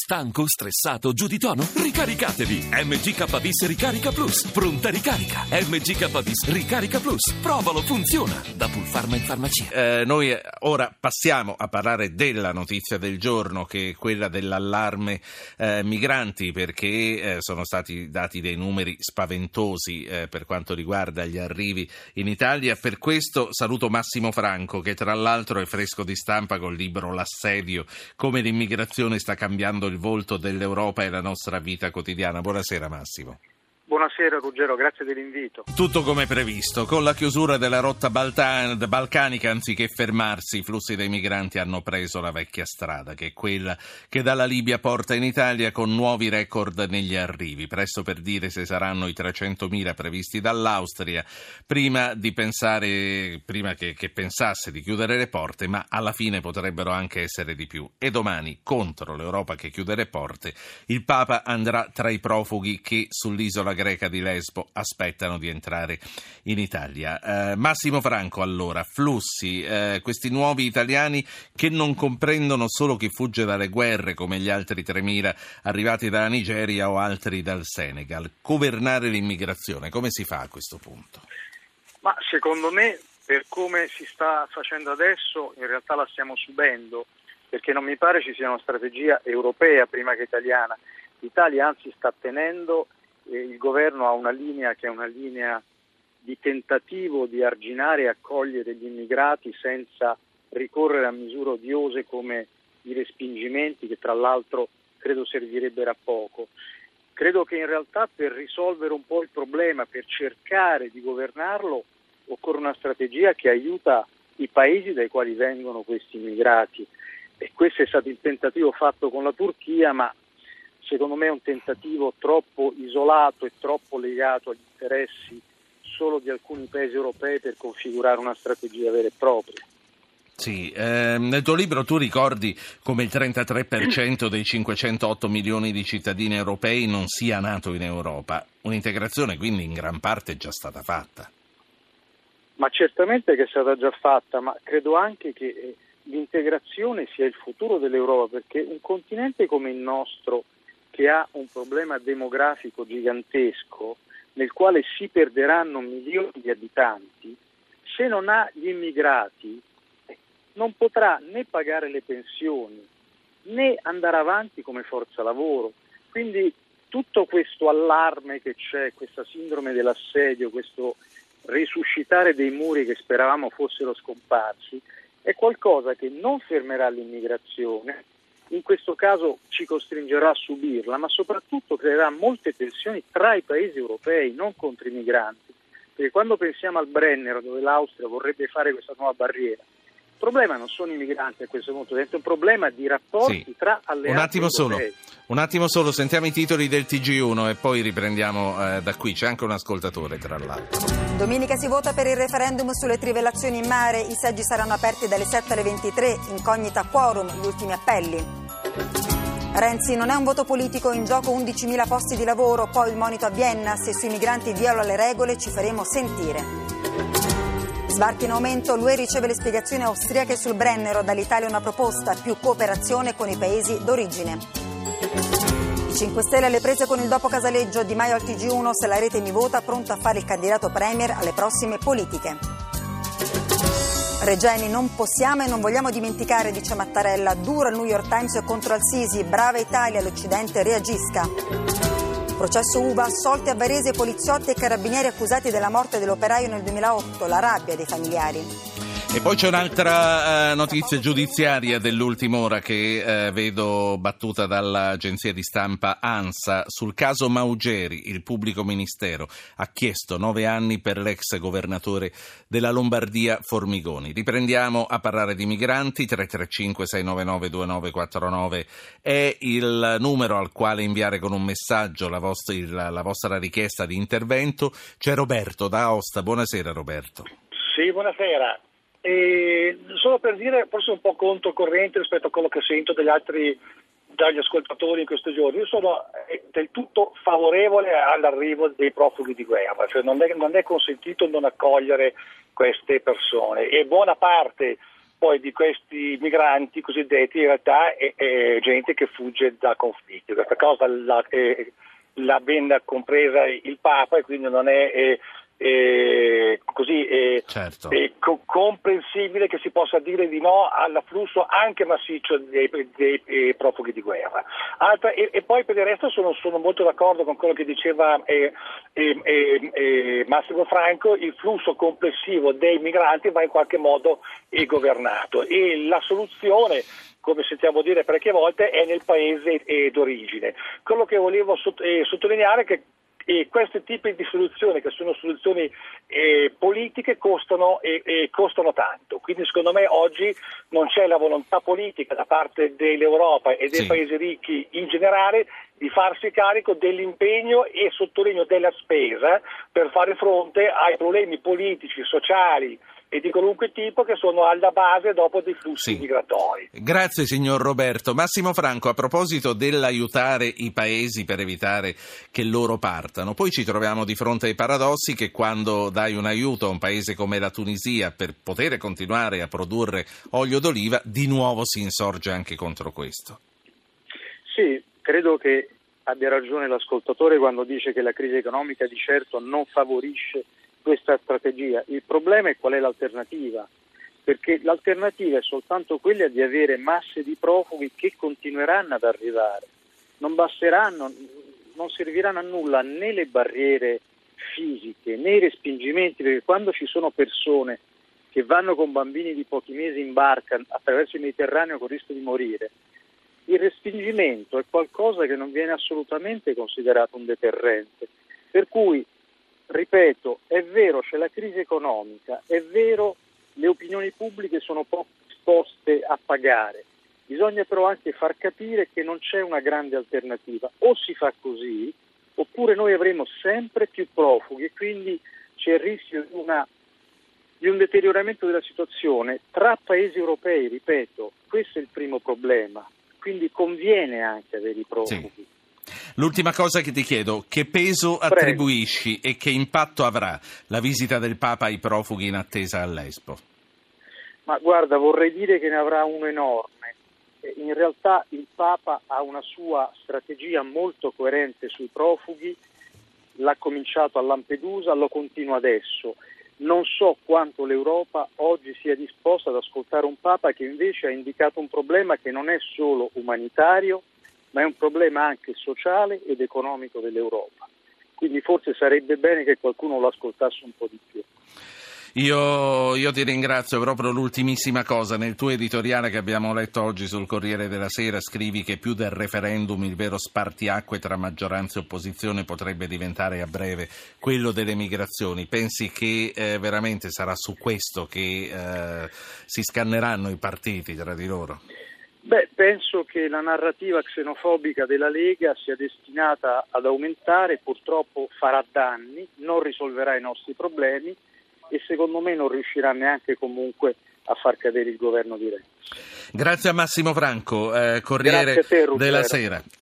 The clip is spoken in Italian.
Stanco, stressato, giù di tono? Ricaricatevi! MGKBIS Ricarica Plus. Pronta ricarica. MGKBIS Ricarica Plus. Provalo, funziona. Da Pulpharma in farmacia. Noi ora passiamo a parlare della notizia del giorno, che è quella dell'allarme migranti, perché sono stati dati dei numeri spaventosi per quanto riguarda gli arrivi in Italia. Per questo saluto Massimo Franco, che tra l'altro è fresco di stampa col libro L'assedio, come l'immigrazione sta cambiando il volto dell'Europa e la nostra vita quotidiana. Buonasera Massimo. Buonasera Ruggero, grazie dell'invito. Tutto come previsto. Con la chiusura della rotta balcanica, anziché fermarsi, i flussi dei migranti hanno preso la vecchia strada, che è quella che dalla Libia porta in Italia, con nuovi record negli arrivi. Presto per dire se saranno i 300.000 previsti dall'Austria, prima che pensasse di chiudere le porte, ma alla fine potrebbero anche essere di più. E domani, contro l'Europa che chiude le porte, il Papa andrà tra i profughi che sull'isola greca di Lesbo aspettano di entrare in Italia. Massimo Franco, allora, flussi, questi nuovi italiani che non comprendono solo chi fugge dalle guerre, come gli altri 3.000 arrivati dalla Nigeria o altri dal Senegal. Governare l'immigrazione, come si fa a questo punto? Ma secondo me, per come si sta facendo adesso, in realtà la stiamo subendo, perché non mi pare ci sia una strategia europea prima che italiana. L'Italia anzi sta tenendo. Il governo ha una linea che è una linea di tentativo di arginare e accogliere gli immigrati senza ricorrere a misure odiose come i respingimenti, che tra l'altro credo servirebbero a poco. Credo che in realtà per risolvere un po' il problema, per cercare di governarlo, occorre una strategia che aiuta i paesi dai quali vengono questi immigrati. E questo è stato il tentativo fatto con la Turchia, ma secondo me è un tentativo troppo isolato e troppo legato agli interessi solo di alcuni paesi europei per configurare una strategia vera e propria. Sì, nel tuo libro tu ricordi come il 33% dei 508 milioni di cittadini europei non sia nato in Europa. Un'integrazione quindi in gran parte è già stata fatta. Ma certamente che è stata già fatta, ma credo anche che l'integrazione sia il futuro dell'Europa, perché un continente come il nostro, che ha un problema demografico gigantesco, nel quale si perderanno milioni di abitanti, se non ha gli immigrati non potrà né pagare le pensioni né andare avanti come forza lavoro. Quindi tutto questo allarme che c'è, questa sindrome dell'assedio, questo risuscitare dei muri che speravamo fossero scomparsi, è qualcosa che non fermerà l'immigrazione. In questo caso ci costringerà a subirla, ma soprattutto creerà molte tensioni tra i paesi europei, non contro i migranti. Perché quando pensiamo al Brennero, dove l'Austria vorrebbe fare questa nuova barriera, il problema non sono i migranti a questo punto, è un problema di rapporti tra alleati europei. Un attimo solo, sentiamo i titoli del TG1 e poi riprendiamo da qui. C'è anche un ascoltatore, tra l'altro. Domenica si vota per il referendum sulle trivellazioni in mare. I seggi saranno aperti dalle 7 alle 23, incognita quorum, gli ultimi appelli. Renzi, non è un voto politico, in gioco 11.000 posti di lavoro, poi il monito a Vienna, se sui migranti viola le regole ci faremo sentire. Sbarchi in aumento, l'UE riceve le spiegazioni austriache sul Brennero, dall'Italia una proposta, più cooperazione con i paesi d'origine. I 5 Stelle alle prese con il dopo Casaleggio, Di Maio al TG1, se la rete mi vota, pronto a fare il candidato premier alle prossime politiche. Regeni, non possiamo e non vogliamo dimenticare, dice Mattarella, duro al New York Times contro Al-Sisi, brava Italia, l'Occidente reagisca. Processo Uva, assolti a Varese poliziotti e carabinieri accusati della morte dell'operaio nel 2008, la rabbia dei familiari. E poi c'è un'altra notizia giudiziaria dell'ultima ora che vedo battuta dall'agenzia di stampa ANSA sul caso Maugeri. Il pubblico ministero ha chiesto 9 anni per l'ex governatore della Lombardia Formigoni. Riprendiamo a parlare di migranti. 335-699-2949 è il numero al quale inviare con un messaggio la vostra richiesta di intervento. C'è Roberto da Aosta. Buonasera Roberto. Sì, buonasera. Solo per dire, forse un po' controcorrente rispetto a quello che sento dagli ascoltatori in questi giorni, io sono del tutto favorevole all'arrivo dei profughi di guerra, cioè non è consentito non accogliere queste persone, e buona parte poi di questi migranti cosiddetti in realtà è gente che fugge da conflitti. Questa cosa l'ha ben compresa il Papa, e quindi non è certo. comprensibile che si possa dire di no all'afflusso anche massiccio dei profughi di guerra. E poi per il resto sono molto d'accordo con quello che diceva Massimo Franco. Il flusso complessivo dei migranti va in qualche modo governato, e la soluzione, come sentiamo dire parecchie volte, è nel paese d'origine. Quello che volevo sottolineare è che questi tipi di soluzioni, che sono soluzioni politiche, costano tanto. Quindi secondo me oggi non c'è la volontà politica da parte dell'Europa e dei paesi ricchi in generale di farsi carico dell'impegno e, sottolineo, della spesa per fare fronte ai problemi politici, sociali e di qualunque tipo che sono alla base dopo dei flussi migratori. Grazie signor Roberto. Massimo Franco, a proposito dell'aiutare i paesi per evitare che loro partano, poi ci troviamo di fronte ai paradossi che quando dai un aiuto a un paese come la Tunisia per poter continuare a produrre olio d'oliva, di nuovo si insorge anche contro questo. Sì, credo che abbia ragione l'ascoltatore quando dice che la crisi economica di certo non favorisce questa strategia. Il problema è qual è l'alternativa, perché l'alternativa è soltanto quella di avere masse di profughi che continueranno ad arrivare. Non basteranno, non serviranno a nulla né le barriere fisiche né i respingimenti, perché quando ci sono persone che vanno con bambini di pochi mesi in barca attraverso il Mediterraneo con il rischio di morire, il respingimento è qualcosa che non viene assolutamente considerato un deterrente. Per cui, ripeto, è vero, c'è la crisi economica, è vero, le opinioni pubbliche sono poco disposte a pagare. Bisogna però anche far capire che non c'è una grande alternativa. O si fa così, oppure noi avremo sempre più profughi e quindi c'è il rischio di un deterioramento della situazione tra paesi europei, ripeto, questo è il primo problema. Quindi conviene anche avere i profughi. Sì. L'ultima cosa che ti chiedo, che peso attribuisci e che impatto avrà la visita del Papa ai profughi in attesa a Lesbo? Ma guarda, vorrei dire che ne avrà uno enorme. In realtà il Papa ha una sua strategia molto coerente sui profughi, l'ha cominciato a Lampedusa, lo continua adesso. Non so quanto l'Europa oggi sia disposta ad ascoltare un Papa che invece ha indicato un problema che non è solo umanitario, ma è un problema anche sociale ed economico dell'Europa. Quindi forse sarebbe bene che qualcuno lo ascoltasse un po' di più. Io ti ringrazio. Proprio l'ultimissima cosa, nel tuo editoriale che abbiamo letto oggi sul Corriere della Sera scrivi che più del referendum il vero spartiacque tra maggioranza e opposizione potrebbe diventare a breve quello delle migrazioni. Pensi che veramente sarà su questo che si scanneranno i partiti tra di loro? Beh, penso che la narrativa xenofobica della Lega sia destinata ad aumentare, purtroppo farà danni, non risolverà i nostri problemi e secondo me non riuscirà neanche comunque a far cadere il governo di Renzi. Grazie a Massimo Franco, Corriere della Sera.